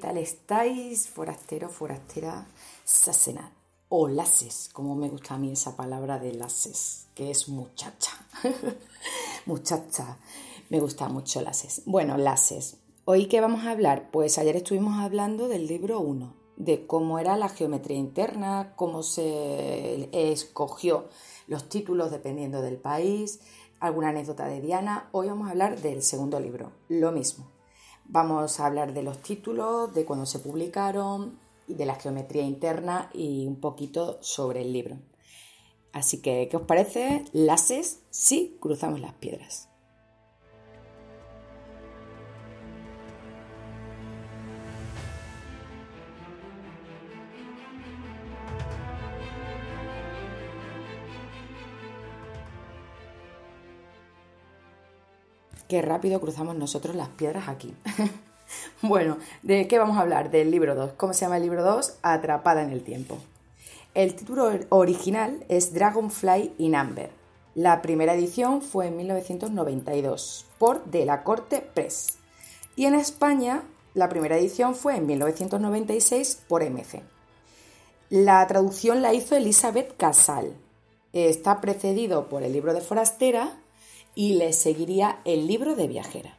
tal estáis, forasteros, forasteras, Sassenach? O lasses, como me gusta a mí esa palabra de lasses, que es muchacha. Muchacha, me gusta mucho lasses. Bueno, lasses. ¿Hoy qué vamos a hablar? Pues ayer estuvimos hablando del libro 1, de cómo era la geometría interna, cómo se escogió los títulos dependiendo del país, alguna anécdota de Diana. Hoy vamos a hablar del segundo libro, lo mismo. Vamos a hablar de los títulos, de cuándo se publicaron, de la geometría interna y un poquito sobre el libro. Así que, ¿qué os parece? Lasses, sí, cruzamos las piedras. Qué rápido cruzamos nosotros las piedras aquí. Bueno, ¿de qué vamos a hablar? Del libro 2. ¿Cómo se llama el libro 2? Atrapada en el tiempo. El título original es Dragonfly in Amber. La primera edición fue en 1992 por De la Corte Press. Y en España la primera edición fue en 1996 por MC. La traducción la hizo Elizabeth Casal. Está precedido por el libro de Forastera y le seguiría el libro de Viajera.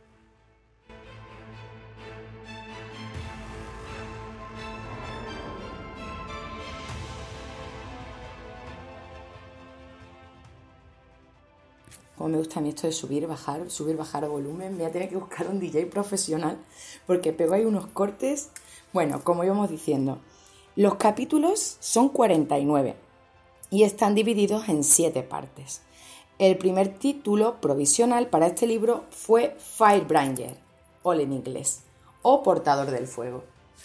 Como me gusta a mí esto de subir, bajar el volumen. Me voy a tener que buscar un DJ profesional porque pego ahí unos cortes. Bueno, como íbamos diciendo, los capítulos son 49 y están divididos en 7 partes. El primer título provisional para este libro fue Firebringer, o en inglés, o Portador del Fuego.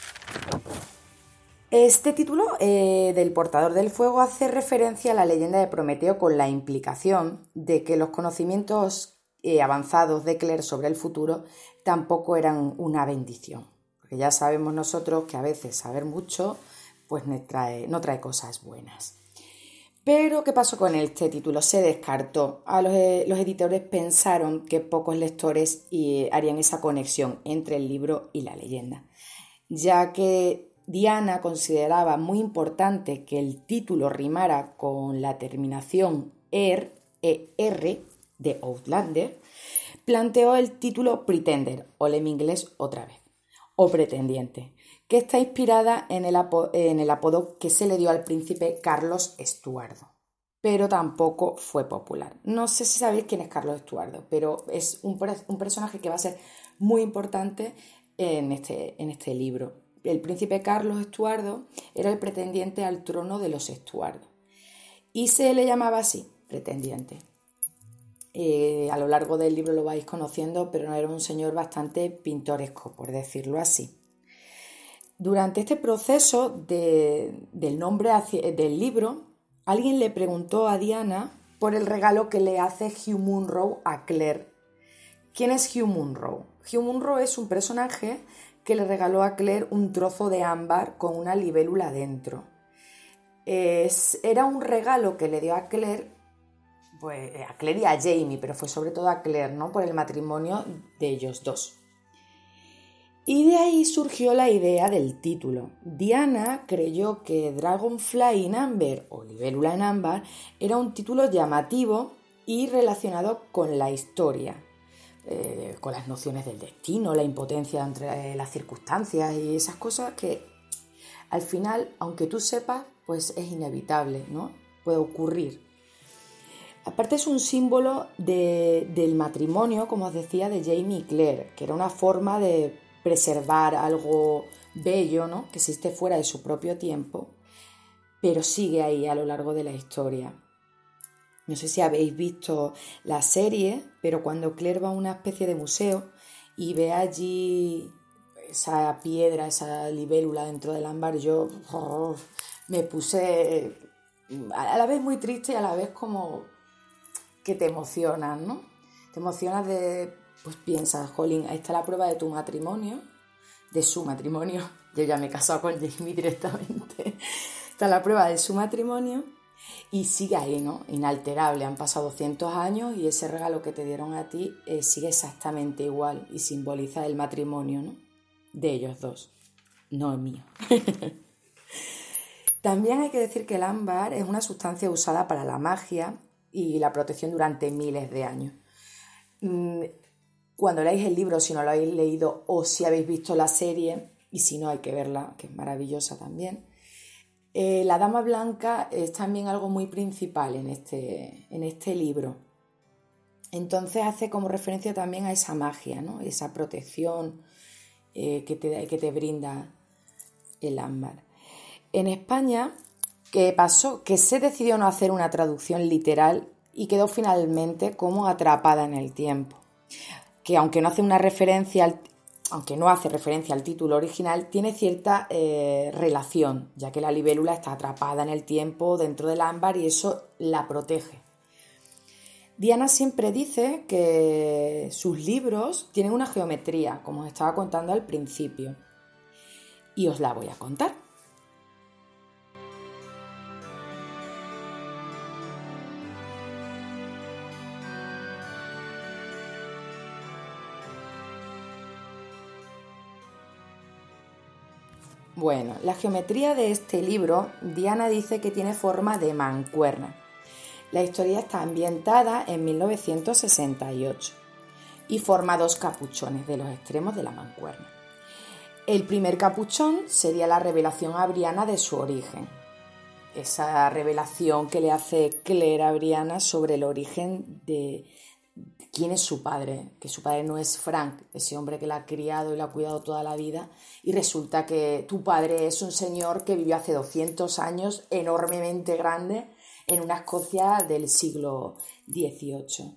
Este título del Portador del Fuego hace referencia a la leyenda de Prometeo con la implicación de que los conocimientos avanzados de Claire sobre el futuro tampoco eran una bendición. Porque ya sabemos nosotros que a veces saber mucho pues no trae cosas buenas. Pero, ¿qué pasó con este título? Se descartó. Los editores pensaron que pocos lectores harían esa conexión entre el libro y la leyenda, ya que Diana consideraba muy importante que el título rimara con la terminación ER de Outlander. Planteó el título Pretender, o en inglés otra vez, o pretendiente, que está inspirada en el apodo que se le dio al príncipe Carlos Estuardo, pero tampoco fue popular. No sé si sabéis quién es Carlos Estuardo, pero es un personaje que va a ser muy importante en este libro. El príncipe Carlos Estuardo era el pretendiente al trono de los Estuardo y se le llamaba así, pretendiente. A lo largo del libro lo vais conociendo, pero no era un señor bastante pintoresco, por decirlo así. Durante este proceso del nombre del libro, alguien le preguntó a Diana por el regalo que le hace Hugh Munro a Claire. ¿Quién es Hugh Munro? Hugh Munro es un personaje que le regaló a Claire un trozo de ámbar con una libélula dentro. Era un regalo que le dio a Claire, pues, a Claire y a Jamie, pero fue sobre todo a Claire, ¿no? Por el matrimonio de ellos dos. Y de ahí surgió la idea del título. Diana creyó que Dragonfly in Amber, o Libélula en ámbar, era un título llamativo y relacionado con la historia, con las nociones del destino, la impotencia entre las circunstancias y esas cosas que al final, aunque tú sepas, pues es inevitable, ¿no? Puede ocurrir. Aparte es un símbolo del matrimonio, como os decía, de Jamie y Claire, que era una forma de preservar algo bello, ¿no? Que existe fuera de su propio tiempo, pero sigue ahí a lo largo de la historia. No sé si habéis visto la serie, pero cuando Claire va a una especie de museo y ve allí esa piedra, esa libélula dentro del ámbar, yo me puse a la vez muy triste y a la vez como que te emocionas, ¿no? Te emocionas pues piensas, jolín, ahí está la prueba de tu matrimonio, de su matrimonio. Yo ya me he casado con Jamie directamente. Está la prueba de su matrimonio. Y sigue ahí, ¿no? Inalterable. Han pasado 200 años y ese regalo que te dieron a ti sigue exactamente igual y simboliza el matrimonio, ¿no? de ellos dos, no es mío. También hay que decir que el ámbar es una sustancia usada para la magia y la protección durante miles de años. Cuando leáis el libro, si no lo habéis leído o si habéis visto la serie, y si no hay que verla, que es maravillosa también, la Dama Blanca es también algo muy principal en este libro. Entonces hace como referencia también a esa magia, ¿no? Esa protección que te brinda el ámbar. En España, ¿qué pasó? Que se decidió no hacer una traducción literal y quedó finalmente como Atrapada en el tiempo. Que aunque no hace referencia al título original, tiene cierta relación, ya que la libélula está atrapada en el tiempo dentro del ámbar y eso la protege. Diana siempre dice que sus libros tienen una geometría, como os estaba contando al principio, y os la voy a contar. Bueno, la geometría de este libro, Diana dice que tiene forma de mancuerna. La historia está ambientada en 1968 y forma dos capuchones de los extremos de la mancuerna. El primer capuchón sería la revelación a Brianna de su origen. Esa revelación que le hace Claire a Brianna sobre el origen de quién es su padre, que su padre no es Frank, ese hombre que la ha criado y la ha cuidado toda la vida, y resulta que tu padre es un señor que vivió hace 200 años, enormemente grande, en una Escocia del siglo XVIII.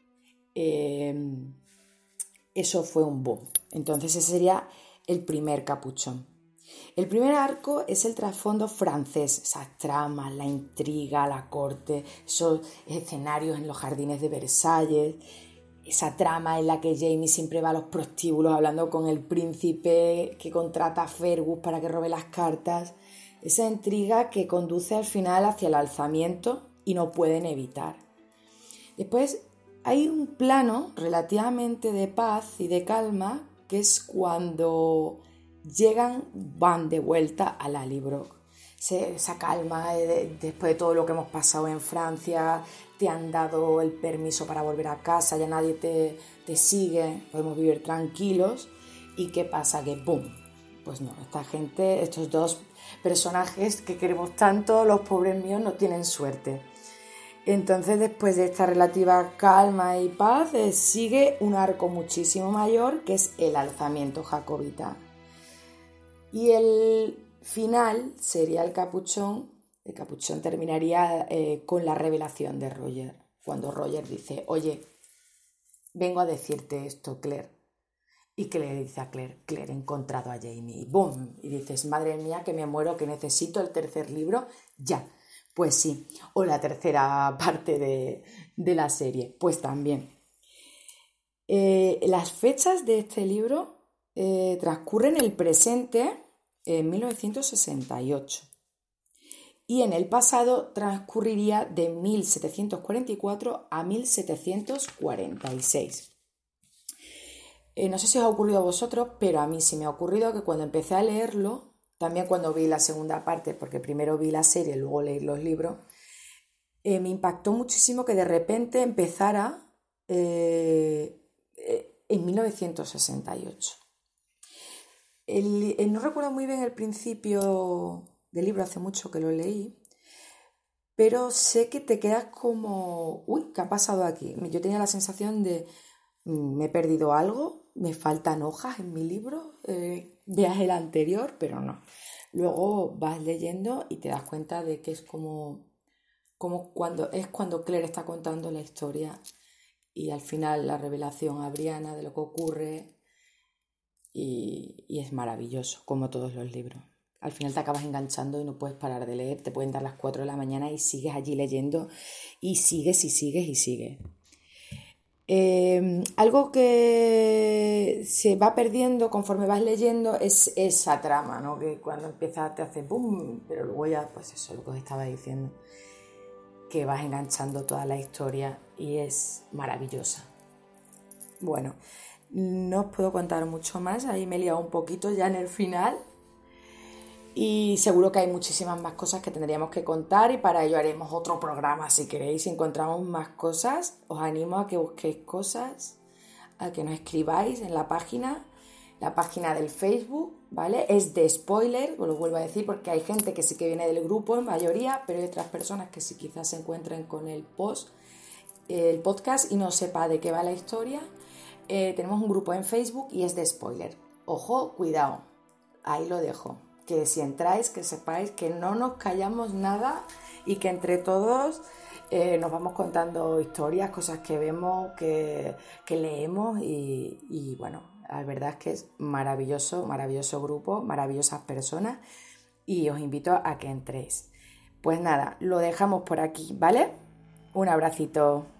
Eso fue un boom. Entonces ese sería el primer capuchón. El primer arco es el trasfondo francés, esas tramas, la intriga, la corte, esos escenarios en los jardines de Versalles, esa trama en la que Jamie siempre va a los prostíbulos hablando con el príncipe que contrata a Fergus para que robe las cartas, esa intriga que conduce al final hacia el alzamiento y no pueden evitar. Después hay un plano relativamente de paz y de calma que es cuando van de vuelta a Lallybroch. Esa calma después de todo lo que hemos pasado en Francia, te han dado el permiso para volver a casa, ya nadie te sigue, podemos vivir tranquilos. ¿Y qué pasa? Que ¡pum! Pues no, esta gente, estos dos personajes que queremos tanto, los pobres míos, no tienen suerte. Entonces, después de esta relativa calma y paz, sigue un arco muchísimo mayor, que es el alzamiento jacobita. Y el final sería el capuchón. El capuchón terminaría con la revelación de Roger, cuando Roger dice: oye, vengo a decirte esto, Claire. Y Claire dice a Claire: Claire, he encontrado a Jamie. Y ¡boom! Y dices: madre mía, que me muero, que necesito el tercer libro ya. Pues sí, o la tercera parte de la serie, pues también. Las fechas de este libro transcurren el presente en 1968 y en el pasado transcurriría de 1744 a 1746. No sé si os ha ocurrido a vosotros, pero a mí sí me ha ocurrido que cuando empecé a leerlo, también cuando vi la segunda parte, porque primero vi la serie y luego leí los libros, me impactó muchísimo que de repente empezara en 1968. No recuerdo muy bien el principio del libro, hace mucho que lo leí, pero sé que te quedas como, uy, ¿qué ha pasado aquí? Yo tenía la sensación de, me he perdido algo, me faltan hojas en mi libro, veas el anterior, pero no. Luego vas leyendo y te das cuenta de que es como cuando Claire está contando la historia y al final la revelación a Brianna de lo que ocurre y es maravilloso, como todos los libros. Al final te acabas enganchando y no puedes parar de leer, te pueden dar las 4 de la mañana y sigues allí leyendo y sigues y sigues y sigues. Algo que se va perdiendo conforme vas leyendo es esa trama, ¿no? Que cuando empiezas te hace ¡pum! Pero luego ya, pues eso, lo que os estaba diciendo, que vas enganchando toda la historia y es maravillosa. Bueno, No os puedo contar mucho más, ahí me he liado un poquito ya en el final. Y seguro que hay muchísimas más cosas que tendríamos que contar y para ello haremos otro programa si queréis. Si encontramos más cosas, os animo a que busquéis cosas, a que nos escribáis en la página del Facebook, ¿vale? Es de spoiler, os lo vuelvo a decir porque hay gente que sí que viene del grupo en mayoría, pero hay otras personas que sí quizás se encuentren con el podcast y no sepa de qué va la historia. Tenemos un grupo en Facebook y es de spoiler. Ojo, cuidado, ahí lo dejo. Que si entráis, que sepáis que no nos callamos nada y que entre todos nos vamos contando historias, cosas que vemos, que leemos y bueno, la verdad es que es maravilloso, maravilloso grupo, maravillosas personas y os invito a que entréis. Pues nada, lo dejamos por aquí, ¿vale? Un abracito.